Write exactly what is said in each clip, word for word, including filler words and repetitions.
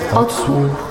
Odsłuch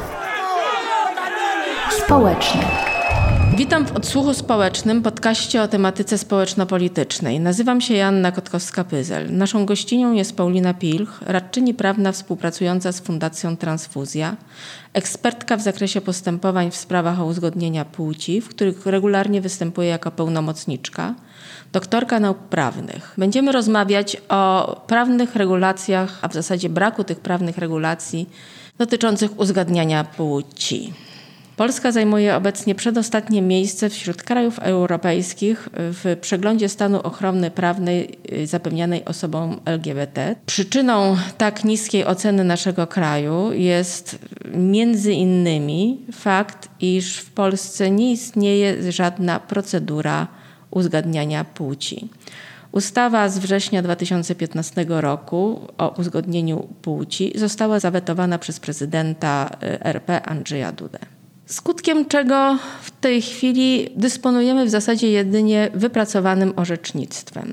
społeczny. Witam w Odsłuchu Społecznym, podcaście o tematyce społeczno-politycznej. Nazywam się Joanna Kotkowska-Pyzel. Naszą gościnią jest Paulina Pilch, radczyni prawna współpracująca z Fundacją Transfuzja, ekspertka w zakresie postępowań w sprawach o uzgodnienia płci, w których regularnie występuje jako pełnomocniczka, doktorka nauk prawnych. Będziemy rozmawiać o prawnych regulacjach, a w zasadzie braku tych prawnych regulacji dotyczących uzgadniania płci. Polska zajmuje obecnie przedostatnie miejsce wśród krajów europejskich w przeglądzie stanu ochrony prawnej zapewnianej osobom L G B T. Przyczyną tak niskiej oceny naszego kraju jest między innymi fakt, iż w Polsce nie istnieje żadna procedura uzgadniania płci. Ustawa z września dwa tysiące piętnastego roku o uzgodnieniu płci została zawetowana przez prezydenta R P Andrzeja Dudę. Skutkiem czego w tej chwili dysponujemy w zasadzie jedynie wypracowanym orzecznictwem.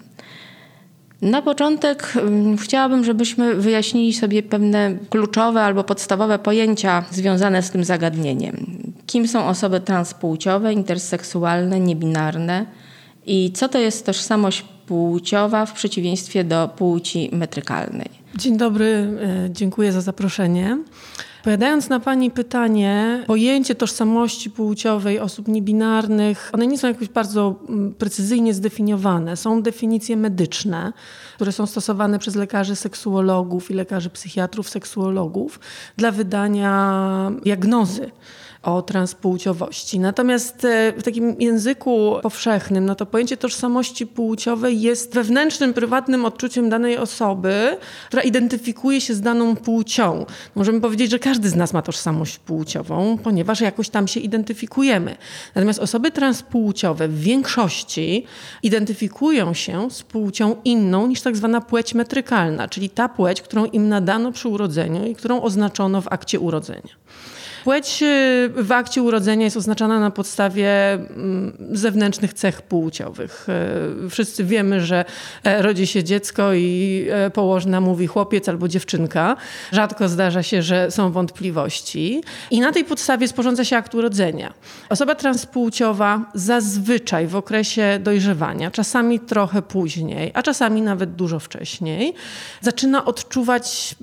Na początek um, chciałabym, żebyśmy wyjaśnili sobie pewne kluczowe albo podstawowe pojęcia związane z tym zagadnieniem. Kim są osoby transpłciowe, interseksualne, niebinarne i co to jest tożsamość płciowa w przeciwieństwie do płci metrykalnej. Dzień dobry, dziękuję za zaproszenie. Odpowiadając na Pani pytanie, pojęcie tożsamości płciowej osób niebinarnych, one nie są jakoś bardzo precyzyjnie zdefiniowane. Są definicje medyczne, które są stosowane przez lekarzy seksuologów i lekarzy psychiatrów seksuologów dla wydania diagnozy o transpłciowości. Natomiast w takim języku powszechnym, no to pojęcie tożsamości płciowej jest wewnętrznym, prywatnym odczuciem danej osoby, która identyfikuje się z daną płcią. Możemy powiedzieć, że każdy z nas ma tożsamość płciową, ponieważ jakoś tam się identyfikujemy. Natomiast osoby transpłciowe w większości identyfikują się z płcią inną niż tak zwana płeć metrykalna, czyli ta płeć, którą im nadano przy urodzeniu i którą oznaczono w akcie urodzenia. Płeć w akcie urodzenia jest oznaczana na podstawie zewnętrznych cech płciowych. Wszyscy wiemy, że rodzi się dziecko i położna mówi chłopiec albo dziewczynka. Rzadko zdarza się, że są wątpliwości. I na tej podstawie sporządza się akt urodzenia. Osoba transpłciowa zazwyczaj w okresie dojrzewania, czasami trochę później, a czasami nawet dużo wcześniej, zaczyna odczuwać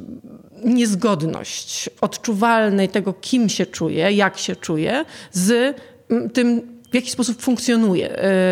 niezgodność odczuwalnej tego, kim się czuje, jak się czuje, z tym, w jaki sposób funkcjonuje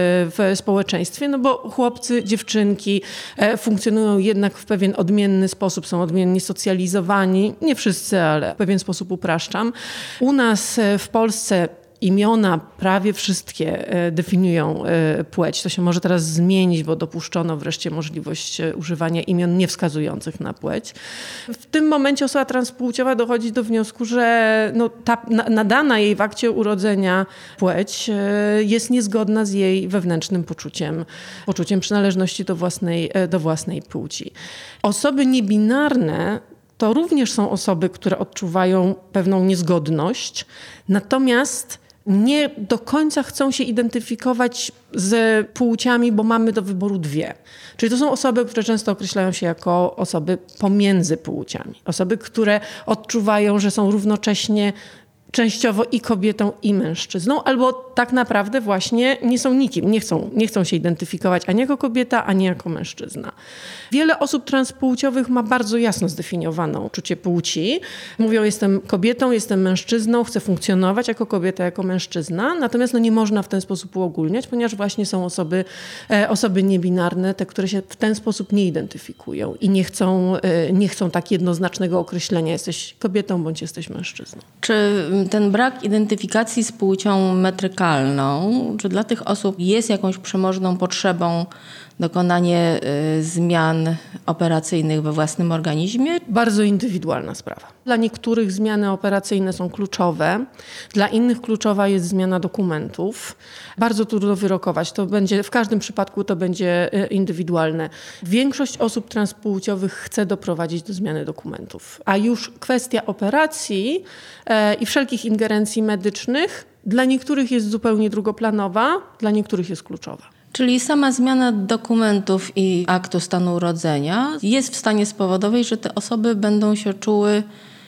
w społeczeństwie, no bo chłopcy, dziewczynki funkcjonują jednak w pewien odmienny sposób, są odmiennie socjalizowani, nie wszyscy, ale w pewien sposób upraszczam. U nas w Polsce imiona prawie wszystkie definiują płeć. To się może teraz zmienić, bo dopuszczono wreszcie możliwość używania imion niewskazujących na płeć. W tym momencie osoba transpłciowa dochodzi do wniosku, że no, ta nadana jej w akcie urodzenia płeć jest niezgodna z jej wewnętrznym poczuciem, poczuciem przynależności do własnej, do własnej płci. Osoby niebinarne to również są osoby, które odczuwają pewną niezgodność, natomiast nie do końca chcą się identyfikować z płciami, bo mamy do wyboru dwie. Czyli to są osoby, które często określają się jako osoby pomiędzy płciami. Osoby, które odczuwają, że są równocześnie częściowo i kobietą, i mężczyzną, albo tak naprawdę właśnie nie są nikim, nie chcą, nie chcą się identyfikować ani jako kobieta, ani jako mężczyzna. Wiele osób transpłciowych ma bardzo jasno zdefiniowaną uczucie płci. Mówią, jestem kobietą, jestem mężczyzną, chcę funkcjonować jako kobieta, jako mężczyzna, natomiast no nie można w ten sposób uogólniać, ponieważ właśnie są osoby, e, osoby niebinarne, te, które się w ten sposób nie identyfikują i nie chcą, e, nie chcą tak jednoznacznego określenia, jesteś kobietą bądź jesteś mężczyzną. Czy ten brak identyfikacji z płcią metrykalną, czy dla tych osób jest jakąś przemożną potrzebą dokonanie y, zmian operacyjnych we własnym organizmie? Bardzo indywidualna sprawa. Dla niektórych zmiany operacyjne są kluczowe, dla innych kluczowa jest zmiana dokumentów. Bardzo trudno wyrokować. To będzie, w każdym przypadku to będzie indywidualne. Większość osób transpłciowych chce doprowadzić do zmiany dokumentów, a już kwestia operacji e, i wszelkich ingerencji medycznych dla niektórych jest zupełnie drugoplanowa, dla niektórych jest kluczowa. Czyli sama zmiana dokumentów i aktu stanu urodzenia jest w stanie spowodować, że te osoby będą się czuły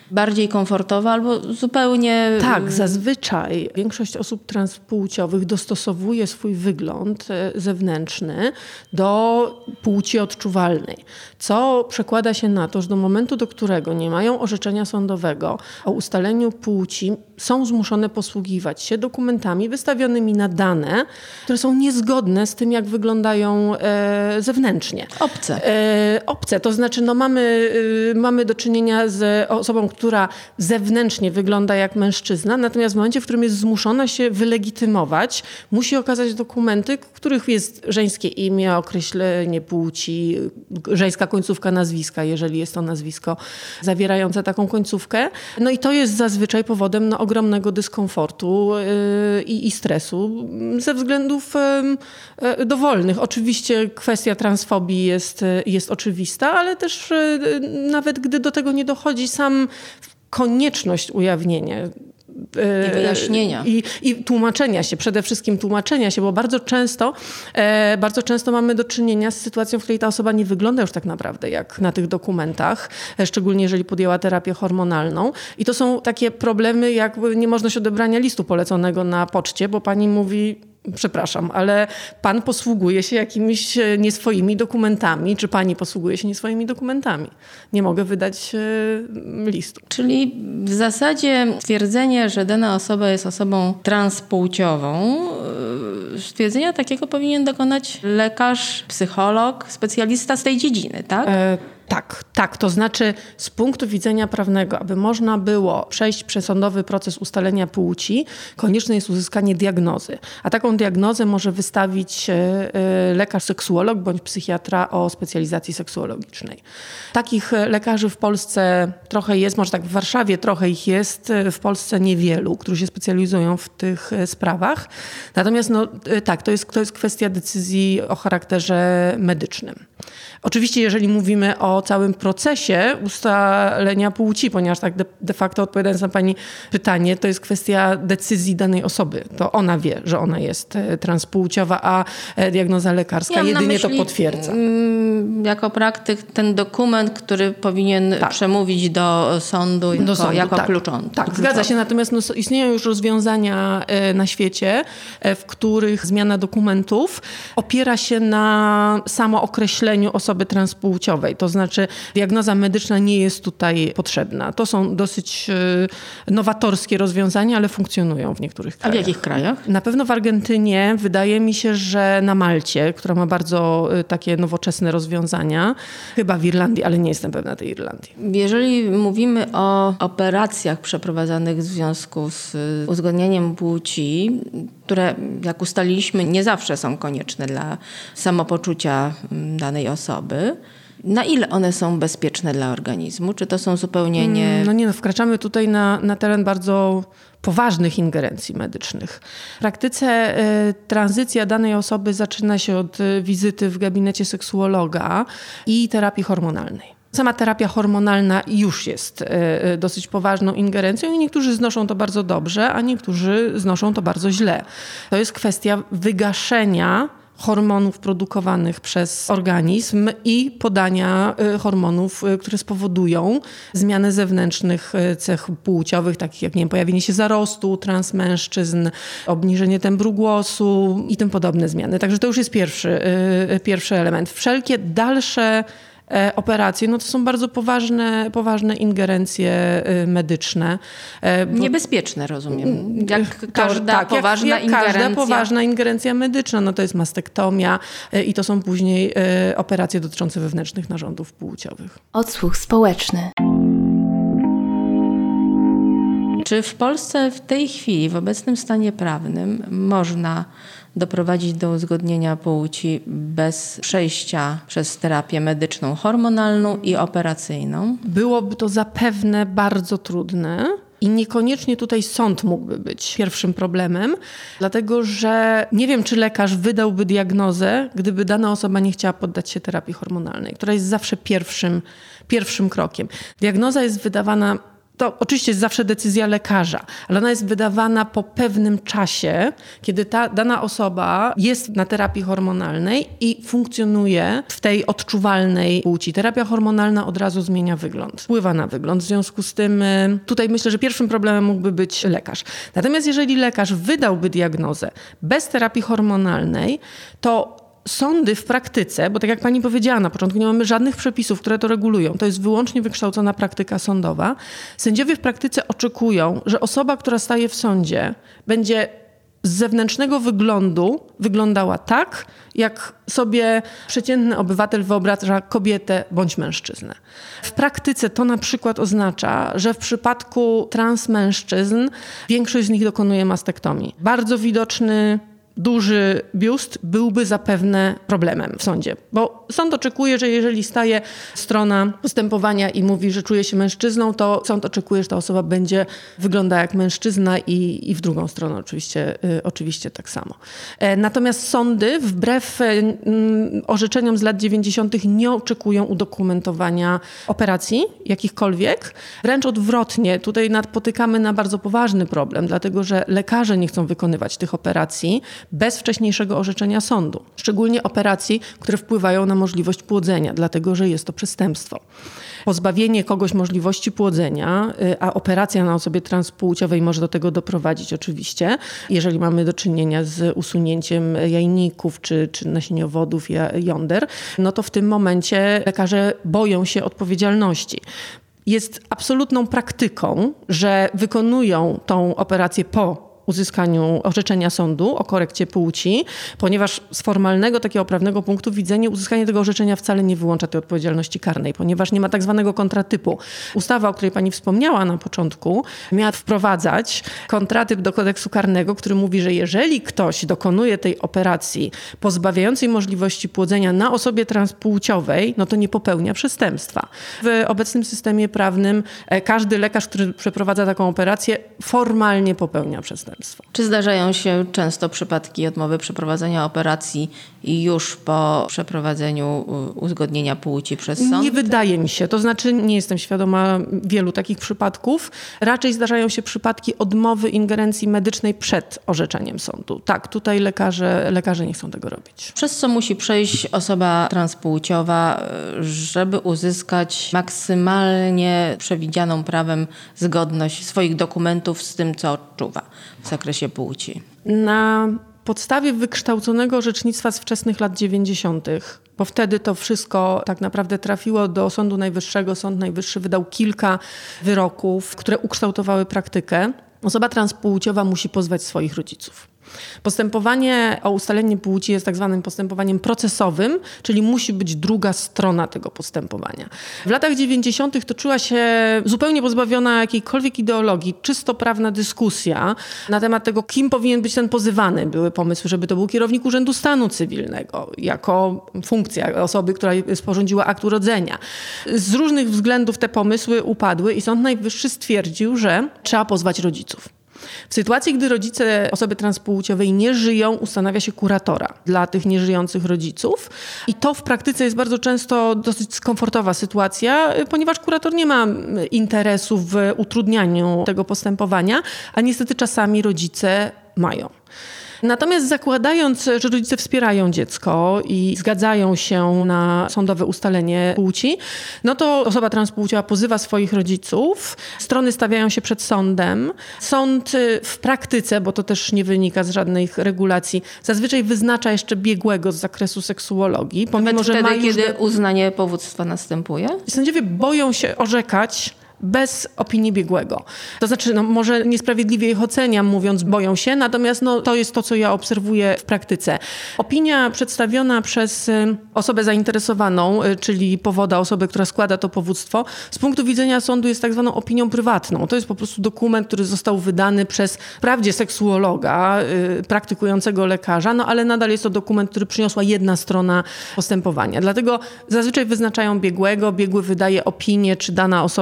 bardziej komfortowo albo zupełnie... Tak, zazwyczaj większość osób transpłciowych dostosowuje swój wygląd zewnętrzny do płci odczuwalnej, co przekłada się na to, że do momentu, do którego nie mają orzeczenia sądowego o ustaleniu płci, są zmuszone posługiwać się dokumentami wystawionymi na dane, które są niezgodne z tym, jak wyglądają e, zewnętrznie. Obce. E, obce, to znaczy no mamy, y, mamy do czynienia z osobą, która zewnętrznie wygląda jak mężczyzna, natomiast w momencie, w którym jest zmuszona się wylegitymować, musi okazać dokumenty, w których jest żeńskie imię, określenie płci, żeńska końcówka nazwiska, jeżeli jest to nazwisko zawierające taką końcówkę. No i to jest zazwyczaj powodem no, ogromnego dyskomfortu yy, i stresu ze względów yy, dowolnych. Oczywiście kwestia transfobii jest, jest oczywista, ale też yy, nawet gdy do tego nie dochodzi, sam konieczność ujawnienia I wyjaśnienia. I, I tłumaczenia się, przede wszystkim tłumaczenia się, bo bardzo często, e, bardzo często mamy do czynienia z sytuacją, w której ta osoba nie wygląda już tak naprawdę jak na tych dokumentach, e, szczególnie jeżeli podjęła terapię hormonalną. I to są takie problemy jak niemożność odebrania listu poleconego na poczcie, bo pani mówi: przepraszam, ale pan posługuje się jakimiś nieswoimi dokumentami, czy pani posługuje się nieswoimi dokumentami. Nie mogę wydać e, listu. Czyli w zasadzie stwierdzenie, że dana osoba jest osobą transpłciową, stwierdzenia takiego powinien dokonać lekarz, psycholog, specjalista z tej dziedziny, tak? E, Tak, tak. To znaczy z punktu widzenia prawnego, aby można było przejść przez sądowy proces ustalenia płci, konieczne jest uzyskanie diagnozy. A taką diagnozę może wystawić lekarz seksuolog bądź psychiatra o specjalizacji seksuologicznej. Takich lekarzy w Polsce trochę jest, może tak w Warszawie trochę ich jest, w Polsce niewielu, którzy się specjalizują w tych sprawach. Natomiast no, tak, to jest, to jest kwestia decyzji o charakterze medycznym. Oczywiście, jeżeli mówimy o całym procesie ustalenia płci, ponieważ tak de, de facto odpowiadając na pani pytanie, to jest kwestia decyzji danej osoby. To ona wie, że ona jest transpłciowa, a diagnoza lekarska ja jedynie myśli, to potwierdza. Jako praktyk ten dokument, który powinien tak. przemówić do sądu jako, do sądu, jako tak. kluczony. Tak, zgadza się. Natomiast no, istnieją już rozwiązania na świecie, w których zmiana dokumentów opiera się na samookreśleniu osoby transpłciowej. To znaczy diagnoza medyczna nie jest tutaj potrzebna. To są dosyć nowatorskie rozwiązania, ale funkcjonują w niektórych krajach. A w jakich krajach? Na pewno w Argentynie. Wydaje mi się, że na Malcie, która ma bardzo takie nowoczesne rozwiązania. Chyba w Irlandii, ale nie jestem pewna tej Irlandii. Jeżeli mówimy o operacjach przeprowadzanych w związku z uzgodnieniem płci, które, jak ustaliliśmy, nie zawsze są konieczne dla samopoczucia danej osoby, na ile one są bezpieczne dla organizmu? Czy to są zupełnie nie... No nie, no wkraczamy tutaj na, na teren bardzo poważnych ingerencji medycznych. W praktyce y, tranzycja danej osoby zaczyna się od y, wizyty w gabinecie seksuologa i terapii hormonalnej. Sama terapia hormonalna już jest y, y, dosyć poważną ingerencją i niektórzy znoszą to bardzo dobrze, a niektórzy znoszą to bardzo źle. To jest kwestia wygaszenia hormonów produkowanych przez organizm i podania hormonów, które spowodują zmianę zewnętrznych cech płciowych, takich jak nie wiem, pojawienie się zarostu transmężczyzn, obniżenie tembru głosu i tym podobne zmiany. Także to już jest pierwszy, pierwszy element. Wszelkie dalsze operacje, no to są bardzo poważne, poważne ingerencje medyczne. Niebezpieczne, rozumiem. Jak każda tak, poważna jak, jak ingerencja. każda poważna ingerencja medyczna. No to jest mastektomia i to są później operacje dotyczące wewnętrznych narządów płciowych. Odsłuch społeczny. Czy w Polsce w tej chwili, w obecnym stanie prawnym, można doprowadzić do uzgodnienia płci bez przejścia przez terapię medyczną, hormonalną i operacyjną? Byłoby to zapewne bardzo trudne. I niekoniecznie tutaj sąd mógłby być pierwszym problemem, dlatego że nie wiem, czy lekarz wydałby diagnozę, gdyby dana osoba nie chciała poddać się terapii hormonalnej, która jest zawsze pierwszym, pierwszym krokiem. Diagnoza jest wydawana to oczywiście jest zawsze decyzja lekarza, ale ona jest wydawana po pewnym czasie, kiedy ta dana osoba jest na terapii hormonalnej i funkcjonuje w tej odczuwalnej płci. Terapia hormonalna od razu zmienia wygląd, wpływa na wygląd. W związku z tym tutaj myślę, że pierwszym problemem mógłby być lekarz. Natomiast jeżeli lekarz wydałby diagnozę bez terapii hormonalnej, to sądy w praktyce, bo tak jak pani powiedziała na początku, nie mamy żadnych przepisów, które to regulują. To jest wyłącznie wykształcona praktyka sądowa. Sędziowie w praktyce oczekują, że osoba, która staje w sądzie, będzie z zewnętrznego wyglądu wyglądała tak, jak sobie przeciętny obywatel wyobraża kobietę bądź mężczyznę. W praktyce to na przykład oznacza, że w przypadku transmężczyzn większość z nich dokonuje mastektomii. Bardzo widoczny duży biust byłby zapewne problemem w sądzie. Bo sąd oczekuje, że jeżeli staje strona postępowania i mówi, że czuje się mężczyzną, to sąd oczekuje, że ta osoba będzie wyglądała jak mężczyzna i, i w drugą stronę oczywiście, y, oczywiście tak samo. E, natomiast sądy wbrew y, orzeczeniom z lat dziewięćdziesiątych nie oczekują udokumentowania operacji jakichkolwiek. Wręcz odwrotnie, tutaj napotykamy na bardzo poważny problem, dlatego że lekarze nie chcą wykonywać tych operacji bez wcześniejszego orzeczenia sądu. Szczególnie operacji, które wpływają na możliwość płodzenia, dlatego że jest to przestępstwo. Pozbawienie kogoś możliwości płodzenia, a operacja na osobie transpłciowej może do tego doprowadzić oczywiście, jeżeli mamy do czynienia z usunięciem jajników czy, czy nasieniowodów, jąder, no to w tym momencie lekarze boją się odpowiedzialności. Jest absolutną praktyką, że wykonują tą operację po uzyskaniu orzeczenia sądu o korekcie płci, ponieważ z formalnego, takiego prawnego punktu widzenia uzyskanie tego orzeczenia wcale nie wyłącza tej odpowiedzialności karnej, ponieważ nie ma tak zwanego kontratypu. Ustawa, o której pani wspomniała na początku, miała wprowadzać kontratyp do kodeksu karnego, który mówi, że jeżeli ktoś dokonuje tej operacji pozbawiającej możliwości płodzenia na osobie transpłciowej, no to nie popełnia przestępstwa. W obecnym systemie prawnym każdy lekarz, który przeprowadza taką operację, formalnie popełnia przestępstwo. Czy zdarzają się często przypadki odmowy przeprowadzenia operacji już po przeprowadzeniu uzgodnienia płci przez sąd? Nie wydaje mi się. To znaczy nie jestem świadoma wielu takich przypadków. Raczej zdarzają się przypadki odmowy ingerencji medycznej przed orzeczeniem sądu. Tak, tutaj lekarze, lekarze nie chcą tego robić. Przez co musi przejść osoba transpłciowa, żeby uzyskać maksymalnie przewidzianą prawem zgodność swoich dokumentów z tym, co odczuwa w zakresie płci? Na podstawie wykształconego orzecznictwa z wczesnych lat dziewięćdziesiątych, bo wtedy to wszystko tak naprawdę trafiło do Sądu Najwyższego. Sąd Najwyższy wydał kilka wyroków, które ukształtowały praktykę. Osoba transpłciowa musi pozwać swoich rodziców. Postępowanie o ustalenie płci jest tak zwanym postępowaniem procesowym, czyli musi być druga strona tego postępowania. W latach dziewięćdziesiątych toczyła się zupełnie pozbawiona jakiejkolwiek ideologii, czysto prawna dyskusja na temat tego, kim powinien być ten pozywany. Były pomysły, żeby to był kierownik Urzędu Stanu Cywilnego, jako funkcja osoby, która sporządziła akt urodzenia. Z różnych względów te pomysły upadły i Sąd Najwyższy stwierdził, że trzeba pozwać rodziców. W sytuacji, gdy rodzice osoby transpłciowej nie żyją, ustanawia się kuratora dla tych nieżyjących rodziców. I to w praktyce jest bardzo często dosyć skomfortowa sytuacja, ponieważ kurator nie ma interesu w utrudnianiu tego postępowania, a niestety czasami rodzice mają. Natomiast zakładając, że rodzice wspierają dziecko i zgadzają się na sądowe ustalenie płci, no to osoba transpłciowa pozywa swoich rodziców, strony stawiają się przed sądem. Sąd w praktyce, bo to też nie wynika z żadnych regulacji, zazwyczaj wyznacza jeszcze biegłego z zakresu seksuologii. Pomimo, Nawet że wtedy, ma kiedy uznanie powództwa następuje? Sędziowie boją się orzekać bez opinii biegłego. To znaczy, no, może niesprawiedliwie ich oceniam, mówiąc boją się, natomiast no, to jest to, co ja obserwuję w praktyce. Opinia przedstawiona przez y, osobę zainteresowaną, y, czyli powoda, osobę, która składa to powództwo, z punktu widzenia sądu jest tak zwaną opinią prywatną. To jest po prostu dokument, który został wydany przez wprawdzie seksuologa, y, praktykującego lekarza, no ale nadal jest to dokument, który przyniosła jedna strona postępowania. Dlatego zazwyczaj wyznaczają biegłego, biegły wydaje opinię, czy dana osoba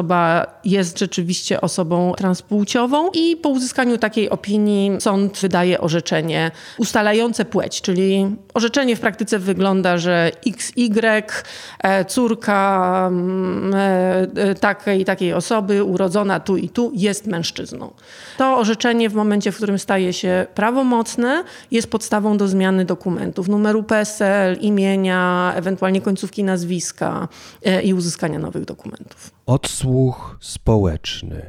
jest rzeczywiście osobą transpłciową i po uzyskaniu takiej opinii sąd wydaje orzeczenie ustalające płeć, czyli orzeczenie w praktyce wygląda, że X Y, córka takiej takiej osoby urodzona tu i tu jest mężczyzną. To orzeczenie w momencie, w którym staje się prawomocne, jest podstawą do zmiany dokumentów, numeru P E S L, imienia, ewentualnie końcówki nazwiska i uzyskania nowych dokumentów. Odsłuch społeczny.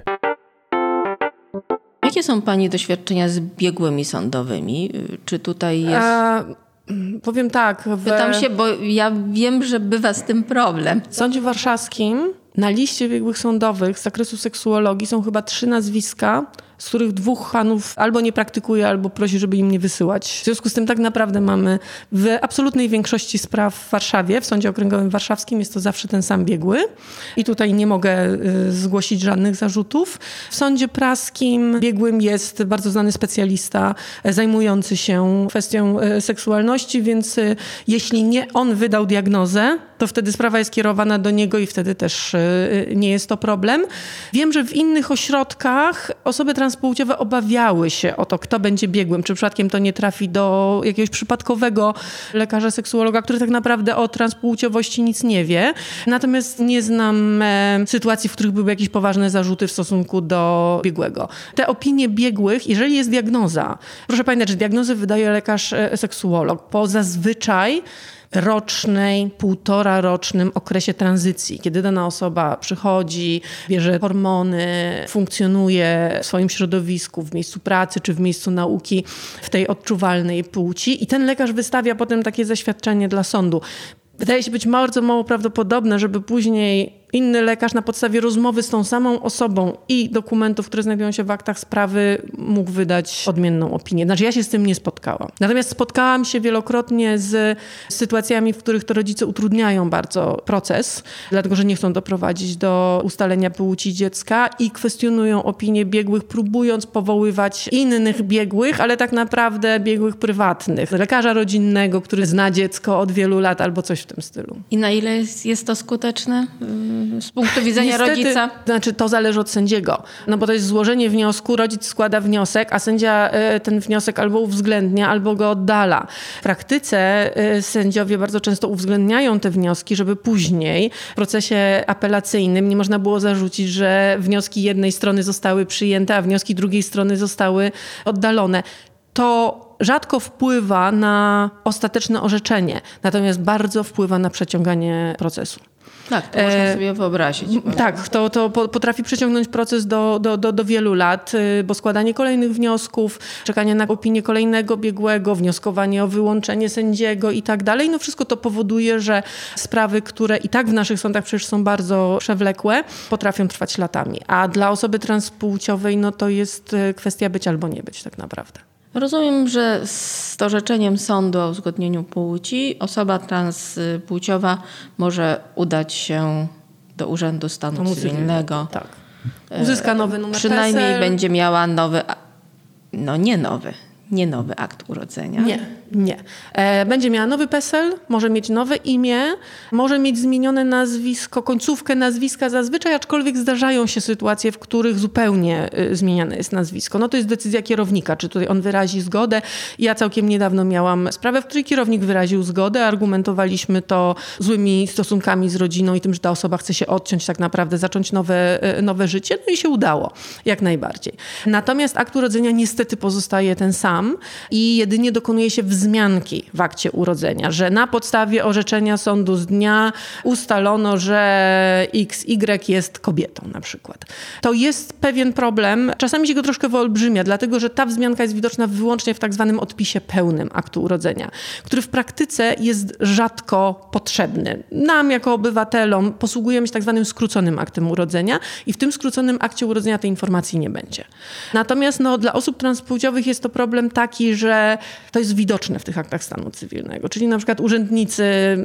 Jakie są Pani doświadczenia z biegłymi sądowymi? Czy tutaj jest... A, powiem tak. W... Pytam się, bo ja wiem, że bywa z tym problem. W Sądzie Warszawskim na liście biegłych sądowych z zakresu seksuologii są chyba trzy nazwiska, z których dwóch panów albo nie praktykuje, albo prosi, żeby im nie wysyłać. W związku z tym tak naprawdę mamy w absolutnej większości spraw w Warszawie, w Sądzie Okręgowym Warszawskim jest to zawsze ten sam biegły i tutaj nie mogę y, zgłosić żadnych zarzutów. W Sądzie Praskim biegłym jest bardzo znany specjalista y, zajmujący się kwestią y, seksualności, więc y, jeśli nie on wydał diagnozę, to wtedy sprawa jest kierowana do niego i wtedy też y, nie jest to problem. Wiem, że w innych ośrodkach osoby transpłciowe obawiały się o to, kto będzie biegłym, czy przypadkiem to nie trafi do jakiegoś przypadkowego lekarza seksuologa, który tak naprawdę o transpłciowości nic nie wie. Natomiast nie znam e, sytuacji, w których były jakieś poważne zarzuty w stosunku do biegłego. Te opinie biegłych, jeżeli jest diagnoza, proszę pamiętać, że diagnozę wydaje lekarz e, seksuolog po zazwyczaj rocznej, półtora rocznym okresie tranzycji, kiedy dana osoba przychodzi, bierze hormony, funkcjonuje w swoim środowisku, w miejscu pracy czy w miejscu nauki, w tej odczuwalnej płci i ten lekarz wystawia potem takie zaświadczenie dla sądu. Wydaje się być bardzo mało prawdopodobne, żeby później inny lekarz na podstawie rozmowy z tą samą osobą i dokumentów, które znajdują się w aktach sprawy, mógł wydać odmienną opinię. Znaczy ja się z tym nie spotkałam. Natomiast spotkałam się wielokrotnie z sytuacjami, w których to rodzice utrudniają bardzo proces, dlatego że nie chcą doprowadzić do ustalenia płci dziecka i kwestionują opinię biegłych, próbując powoływać innych biegłych, ale tak naprawdę biegłych prywatnych. Lekarza rodzinnego, który zna dziecko od wielu lat albo coś w tym stylu. I na ile jest, jest to skuteczne? Z punktu widzenia Niestety, rodzica? Znaczy to zależy od sędziego. No bo to jest złożenie wniosku, rodzic składa wniosek, a sędzia ten wniosek albo uwzględnia, albo go oddala. W praktyce sędziowie bardzo często uwzględniają te wnioski, żeby później w procesie apelacyjnym nie można było zarzucić, że wnioski jednej strony zostały przyjęte, a wnioski drugiej strony zostały oddalone. To rzadko wpływa na ostateczne orzeczenie, natomiast bardzo wpływa na przeciąganie procesu. Tak, to można e, sobie wyobrazić. Tak, to, to potrafi przeciągnąć proces do, do, do, do wielu lat, bo składanie kolejnych wniosków, czekanie na opinię kolejnego biegłego, wnioskowanie o wyłączenie sędziego i tak dalej, no wszystko to powoduje, że sprawy, które i tak w naszych sądach przecież są bardzo przewlekłe, potrafią trwać latami. A dla osoby transpłciowej no to jest kwestia być albo nie być tak naprawdę. Rozumiem, że z orzeczeniem sądu o uzgodnieniu płci osoba transpłciowa może udać się do Urzędu Stanu Cywilnego. Tak. Uzyska nowy numer Przynajmniej P E S L. będzie miała nowy, no nie nowy, nie nowy akt urodzenia. Nie, nie. E, będzie miała nowy P E S L, może mieć nowe imię, może mieć zmienione nazwisko, końcówkę nazwiska zazwyczaj, aczkolwiek zdarzają się sytuacje, w których zupełnie y, zmieniane jest nazwisko. No to jest decyzja kierownika, czy tutaj on wyrazi zgodę. Ja całkiem niedawno miałam sprawę, w której kierownik wyraził zgodę, argumentowaliśmy to złymi stosunkami z rodziną i tym, że ta osoba chce się odciąć tak naprawdę, zacząć nowe, y, nowe życie, no i się udało, jak najbardziej. Natomiast akt urodzenia niestety pozostaje ten sam i jedynie dokonuje się wzmianki w akcie urodzenia, że na podstawie orzeczenia sądu z dnia ustalono, że X Y jest kobietą na przykład. To jest pewien problem, czasami się go troszkę wyolbrzymia, dlatego że ta wzmianka jest widoczna wyłącznie w tak zwanym odpisie pełnym aktu urodzenia, który w praktyce jest rzadko potrzebny. Nam jako obywatelom posługujemy się tak zwanym skróconym aktem urodzenia i w tym skróconym akcie urodzenia tej informacji nie będzie. Natomiast no, dla osób transpłciowych jest to problem problem taki, że to jest widoczne w tych aktach stanu cywilnego. Czyli na przykład urzędnicy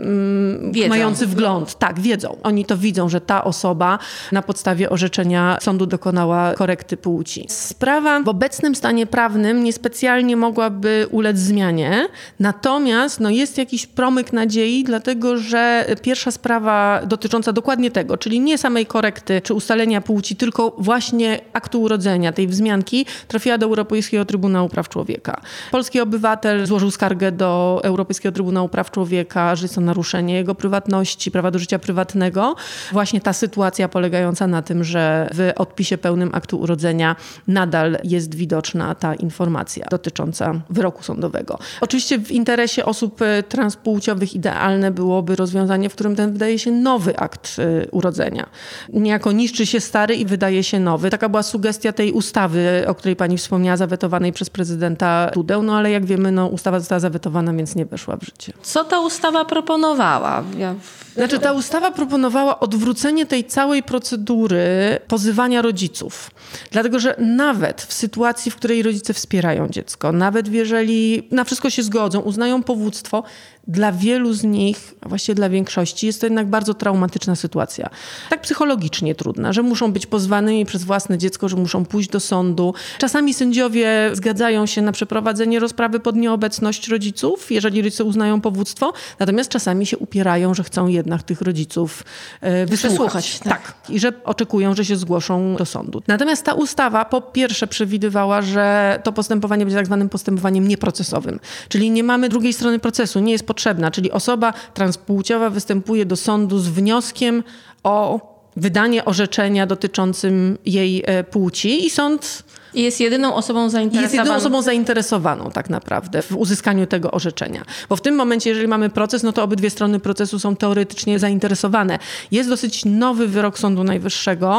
mm, mający wgląd, tak, wiedzą. Oni to widzą, że ta osoba na podstawie orzeczenia sądu dokonała korekty płci. Sprawa w obecnym stanie prawnym niespecjalnie mogłaby ulec zmianie, natomiast no, jest jakiś promyk nadziei, dlatego że pierwsza sprawa dotycząca dokładnie tego, czyli nie samej korekty czy ustalenia płci, tylko właśnie aktu urodzenia, tej wzmianki, trafiła do Europejskiego Trybunału Praw Człowieka. Polski obywatel złożył skargę do Europejskiego Trybunału Praw Człowieka, że jest to naruszenie jego prywatności, prawa do życia prywatnego. Właśnie ta sytuacja polegająca na tym, że w odpisie pełnym aktu urodzenia nadal jest widoczna ta informacja dotycząca wyroku sądowego. Oczywiście w interesie osób transpłciowych idealne byłoby rozwiązanie, w którym ten wydaje się nowy akt urodzenia. Niejako niszczy się stary i wydaje się nowy. Taka była sugestia tej ustawy, o której pani wspomniała, zawetowanej przez prezydenta Dudę, no ale jak wiemy, no, ustawa została zawetowana, więc nie weszła w życie. Co ta ustawa proponowała? Ja... Znaczy ta ustawa proponowała odwrócenie tej całej procedury pozywania rodziców. Dlatego, że nawet w sytuacji, w której rodzice wspierają dziecko, nawet jeżeli na wszystko się zgodzą, uznają powództwo, dla wielu z nich, a właściwie dla większości, jest to jednak bardzo traumatyczna sytuacja. Tak psychologicznie trudna, że muszą być pozwanymi przez własne dziecko, że muszą pójść do sądu. Czasami sędziowie zgadzają się na przeprowadzenie rozprawy pod nieobecność rodziców, jeżeli rodzice uznają powództwo, natomiast czasami się upierają, że chcą jednak tych rodziców e, wysłuchać. Tak. tak. I że oczekują, że się zgłoszą do sądu. Natomiast ta ustawa po pierwsze przewidywała, że to postępowanie będzie tak zwanym postępowaniem nieprocesowym. Czyli nie mamy drugiej strony procesu, nie jest potrzebna, czyli osoba transpłciowa występuje do sądu z wnioskiem o wydanie orzeczenia dotyczącym jej płci i sąd... I jest jedyną osobą zainteresowaną. Jest jedyną osobą zainteresowaną tak naprawdę w uzyskaniu tego orzeczenia. Bo w tym momencie, jeżeli mamy proces, no to obydwie strony procesu są teoretycznie zainteresowane. Jest dosyć nowy wyrok Sądu Najwyższego,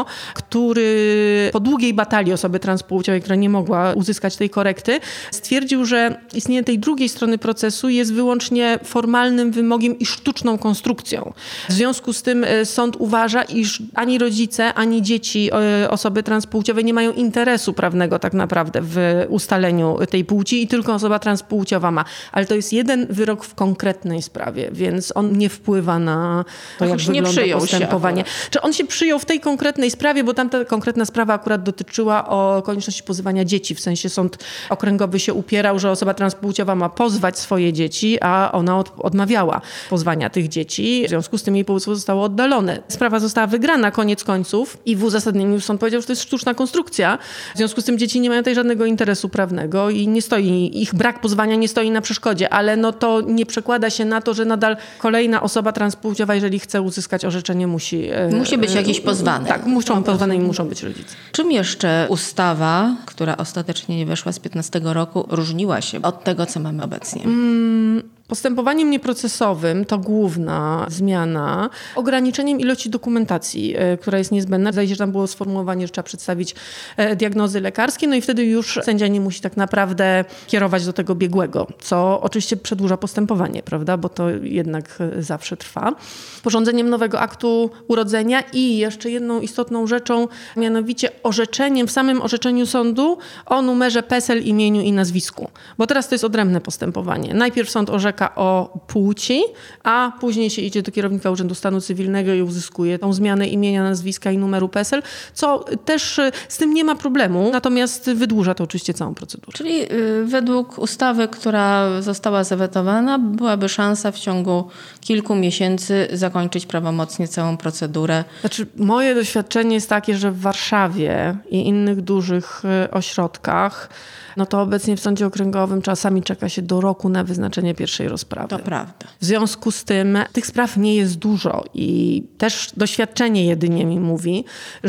który po długiej batalii osoby transpłciowej, która nie mogła uzyskać tej korekty, stwierdził, że istnienie tej drugiej strony procesu jest wyłącznie formalnym wymogiem i sztuczną konstrukcją. W związku z tym sąd uważa, iż ani rodzice, ani dzieci osoby transpłciowej nie mają interesu prawnego tak naprawdę w ustaleniu tej płci i tylko osoba transpłciowa ma. Ale to jest jeden wyrok w konkretnej sprawie, więc on nie wpływa na to, jak wygląda postępowanie. Czy on się przyjął w tej konkretnej sprawie, bo tamta konkretna sprawa akurat dotyczyła o konieczności pozywania dzieci. W sensie sąd okręgowy się upierał, że osoba transpłciowa ma pozwać swoje dzieci, a ona od, odmawiała pozwania tych dzieci. W związku z tym jej powództwo zostało oddalone. Sprawa została wygrana koniec końców i w uzasadnieniu sąd powiedział, że to jest sztuczna konstrukcja. W związku z tym dzieci nie mają tutaj żadnego interesu prawnego i nie stoi, ich brak pozwania nie stoi na przeszkodzie, ale no to nie przekłada się na to, że nadal kolejna osoba transpłciowa, jeżeli chce uzyskać orzeczenie, musi... Musi być jakiś pozwany. Tak, muszą pozwane i muszą być rodzice. Czym jeszcze ustawa, która ostatecznie nie weszła z piętnastego roku, różniła się od tego, co mamy obecnie? Hmm. Postępowaniem nieprocesowym to główna zmiana ograniczeniem ilości dokumentacji, y, która jest niezbędna. Zdaje się, że tam było sformułowanie, że trzeba przedstawić y, diagnozy lekarskie, no i wtedy już sędzia nie musi tak naprawdę kierować do tego biegłego, co oczywiście przedłuża postępowanie, prawda, bo to jednak y, zawsze trwa. Sporządzeniem nowego aktu urodzenia i jeszcze jedną istotną rzeczą, mianowicie orzeczeniem, w samym orzeczeniu sądu o numerze PESEL, imieniu i nazwisku, bo teraz to jest odrębne postępowanie. Najpierw sąd orzeka o płci, a później się idzie do kierownika Urzędu Stanu Cywilnego i uzyskuje tą zmianę imienia, nazwiska i numeru PESEL, co też z tym nie ma problemu, natomiast wydłuża to oczywiście całą procedurę. Czyli y, według ustawy, która została zawetowana, byłaby szansa w ciągu kilku miesięcy zakończyć prawomocnie całą procedurę. Znaczy, moje doświadczenie jest takie, że w Warszawie i innych dużych ośrodkach no to obecnie w sądzie okręgowym czasami czeka się do roku na wyznaczenie pierwszej rozprawy. To prawda. W związku z tym tych spraw nie jest dużo i też doświadczenie jedynie mi mówi,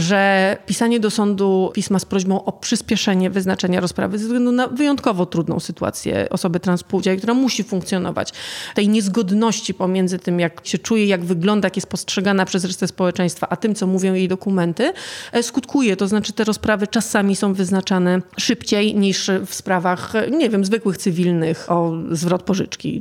że pisanie do sądu pisma z prośbą o przyspieszenie wyznaczenia rozprawy ze względu na wyjątkowo trudną sytuację osoby transpłciowej, która musi funkcjonować, tej niezgodności pomiędzy tym, jak się czuje, jak wygląda, jak jest postrzegana przez resztę społeczeństwa, a tym, co mówią jej dokumenty, skutkuje. To znaczy te rozprawy czasami są wyznaczane szybciej niż w sprawach, nie wiem, zwykłych cywilnych o zwrot pożyczki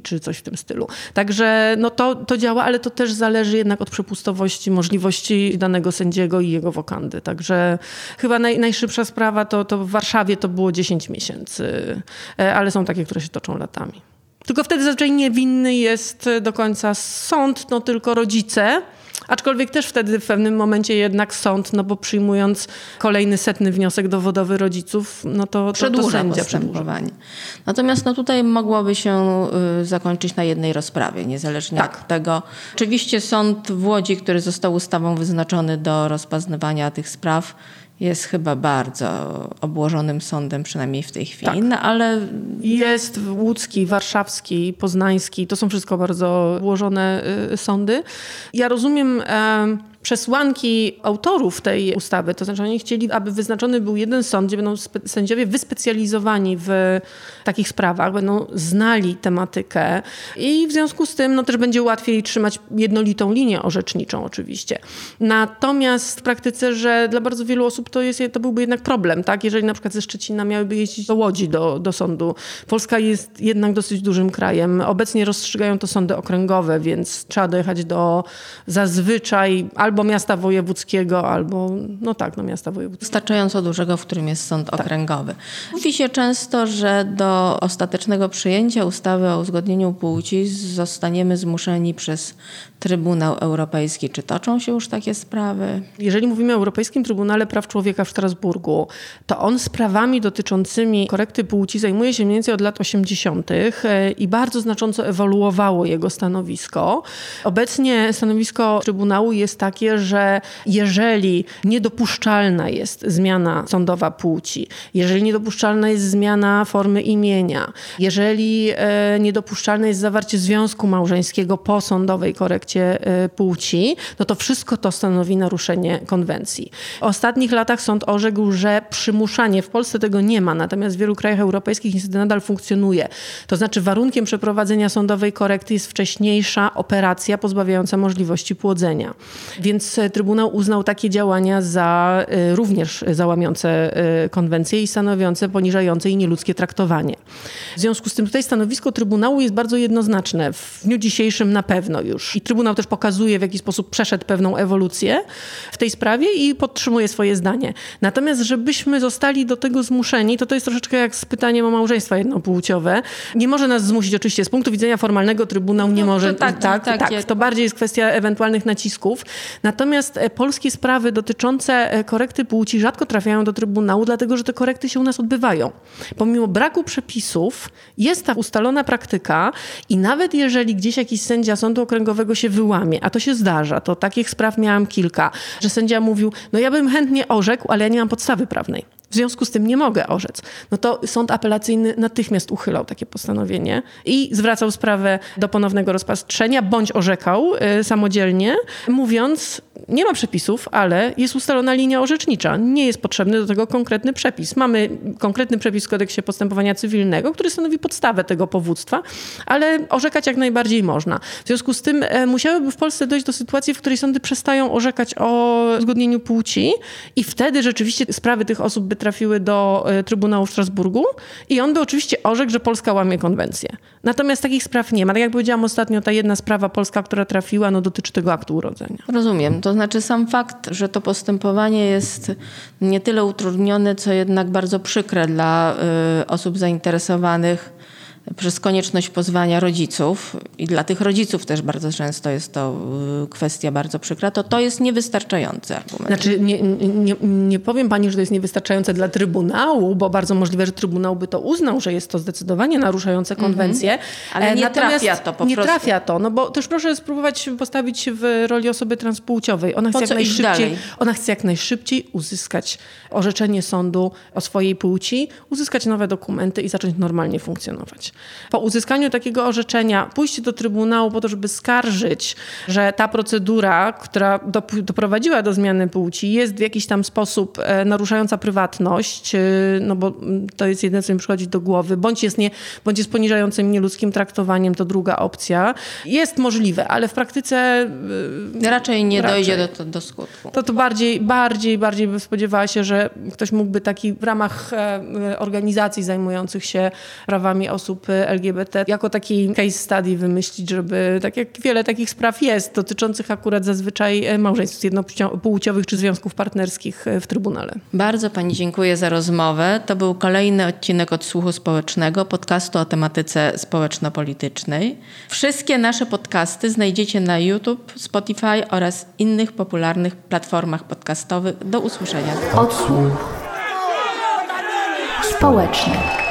czy coś w tym stylu. Także no to, to działa, ale to też zależy jednak od przepustowości, możliwości danego sędziego i jego wokandy. Także chyba naj, najszybsza sprawa to, to w Warszawie to było dziesięć miesięcy, ale są takie, które się toczą latami. Tylko wtedy zazwyczaj niewinny jest do końca sąd, no tylko rodzice. Aczkolwiek też wtedy w pewnym momencie jednak sąd, no bo przyjmując kolejny setny wniosek dowodowy rodziców, no to, to, to sędzia postępowanie. Natomiast no tutaj mogłoby się y, zakończyć na jednej rozprawie, niezależnie tak. od tego. Oczywiście sąd w Łodzi, który został ustawą wyznaczony do rozpoznawania tych spraw, jest chyba bardzo obłożonym sądem, przynajmniej w tej chwili, tak. no, ale... Jest łódzki, warszawski, poznański, to są wszystko bardzo ułożone y, sądy. Ja rozumiem... Y, przesłanki autorów tej ustawy, to znaczy oni chcieli, aby wyznaczony był jeden sąd, gdzie będą spe- sędziowie wyspecjalizowani w takich sprawach, będą znali tematykę i w związku z tym no, też będzie łatwiej trzymać jednolitą linię orzeczniczą oczywiście. Natomiast w praktyce, że dla bardzo wielu osób to, jest, to byłby jednak problem, tak? Jeżeli na przykład ze Szczecina miałyby jeździć do Łodzi, do, do sądu. Polska jest jednak dosyć dużym krajem. Obecnie rozstrzygają to sądy okręgowe, więc trzeba dojechać do zazwyczaj albo albo miasta wojewódzkiego, albo no tak, no miasta wojewódzkiego. Wystarczająco dużego, w którym jest sąd tak. okręgowy. Mówi się często, że do ostatecznego przyjęcia ustawy o uzgodnieniu płci zostaniemy zmuszeni przez Trybunał Europejski. Czy toczą się już takie sprawy? Jeżeli mówimy o Europejskim Trybunale Praw Człowieka w Strasburgu, to on sprawami dotyczącymi korekty płci zajmuje się mniej więcej od lat osiemdziesiątych i bardzo znacząco ewoluowało jego stanowisko. Obecnie stanowisko Trybunału jest takie, że jeżeli niedopuszczalna jest zmiana sądowa płci, jeżeli niedopuszczalna jest zmiana formy imienia, jeżeli e, niedopuszczalne jest zawarcie związku małżeńskiego po sądowej korekcie e, płci, no to wszystko to stanowi naruszenie konwencji. W ostatnich latach sąd orzekł, że przymuszanie, w Polsce tego nie ma, natomiast w wielu krajach europejskich niestety nadal funkcjonuje. To znaczy warunkiem przeprowadzenia sądowej korekty jest wcześniejsza operacja pozbawiająca możliwości płodzenia. Więc Trybunał uznał takie działania za y, również za łamiące y, konwencję i stanowiące poniżające i nieludzkie traktowanie. W związku z tym tutaj stanowisko Trybunału jest bardzo jednoznaczne. W dniu dzisiejszym na pewno już. I Trybunał też pokazuje, w jaki sposób przeszedł pewną ewolucję w tej sprawie i podtrzymuje swoje zdanie. Natomiast, żebyśmy zostali do tego zmuszeni, to to jest troszeczkę jak z pytaniem o małżeństwa jednopłciowe. Nie może nas zmusić oczywiście z punktu widzenia formalnego Trybunał nie no, może... Tak, tak, tak, tak. To bardziej jest kwestia ewentualnych nacisków. Natomiast polskie sprawy dotyczące korekty płci rzadko trafiają do Trybunału, dlatego że te korekty się u nas odbywają. Pomimo braku przepisów jest ta ustalona praktyka i nawet jeżeli gdzieś jakiś sędzia sądu okręgowego się wyłamie, a to się zdarza, to takich spraw miałam kilka, że sędzia mówił, no ja bym chętnie orzekł, ale ja nie mam podstawy prawnej. W związku z tym nie mogę orzec. No to sąd apelacyjny natychmiast uchylał takie postanowienie i zwracał sprawę do ponownego rozpatrzenia, bądź orzekał y, samodzielnie, mówiąc, nie ma przepisów, ale jest ustalona linia orzecznicza. Nie jest potrzebny do tego konkretny przepis. Mamy konkretny przepis w kodeksie postępowania cywilnego, który stanowi podstawę tego powództwa, ale orzekać jak najbardziej można. W związku z tym y, musiałyby w Polsce dojść do sytuacji, w której sądy przestają orzekać o uzgodnieniu płci i wtedy rzeczywiście sprawy tych osób by trafiły do Trybunału w Strasburgu i on by oczywiście orzekł, że Polska łamie konwencję. Natomiast takich spraw nie ma. Tak jak powiedziałam ostatnio, ta jedna sprawa polska, która trafiła, no dotyczy tego aktu urodzenia. Rozumiem. To znaczy sam fakt, że to postępowanie jest nie tyle utrudnione, co jednak bardzo przykre dla y, osób zainteresowanych przez konieczność pozwania rodziców i dla tych rodziców też bardzo często jest to kwestia bardzo przykra, to to jest niewystarczający argument. Znaczy nie, nie, nie powiem pani, że to jest niewystarczające dla Trybunału, bo bardzo możliwe, że Trybunał by to uznał, że jest to zdecydowanie naruszające konwencję. Mm-hmm. Ale nie Natomiast trafia to po nie prostu. Nie trafia to, no bo też proszę spróbować postawić się w roli osoby transpłciowej. Ona chce, po jak co najszybciej, iść dalej? ona chce jak najszybciej uzyskać orzeczenie sądu o swojej płci, uzyskać nowe dokumenty i zacząć normalnie funkcjonować. Po uzyskaniu takiego orzeczenia, pójście do Trybunału po to, żeby skarżyć, że ta procedura, która doprowadziła do zmiany płci, jest w jakiś tam sposób naruszająca prywatność, no bo to jest jedyne, co mi przychodzi do głowy, bądź jest, nie, bądź jest poniżającym nieludzkim traktowaniem, to druga opcja. Jest możliwe, ale w praktyce raczej nie raczej. dojdzie do, do skutku. To to bardziej, bardziej, bardziej bym spodziewała się, że ktoś mógłby taki w ramach organizacji zajmujących się prawami osób L G B T jako taki case study wymyślić, żeby tak jak wiele takich spraw jest, dotyczących akurat zazwyczaj małżeństw jednopłciowych czy związków partnerskich w Trybunale. Bardzo Pani dziękuję za rozmowę. To był kolejny odcinek Odsłuchu Społecznego, podcastu o tematyce społeczno-politycznej. Wszystkie nasze podcasty znajdziecie na YouTube, Spotify oraz innych popularnych platformach podcastowych. Do usłyszenia. Odsłuch społeczny.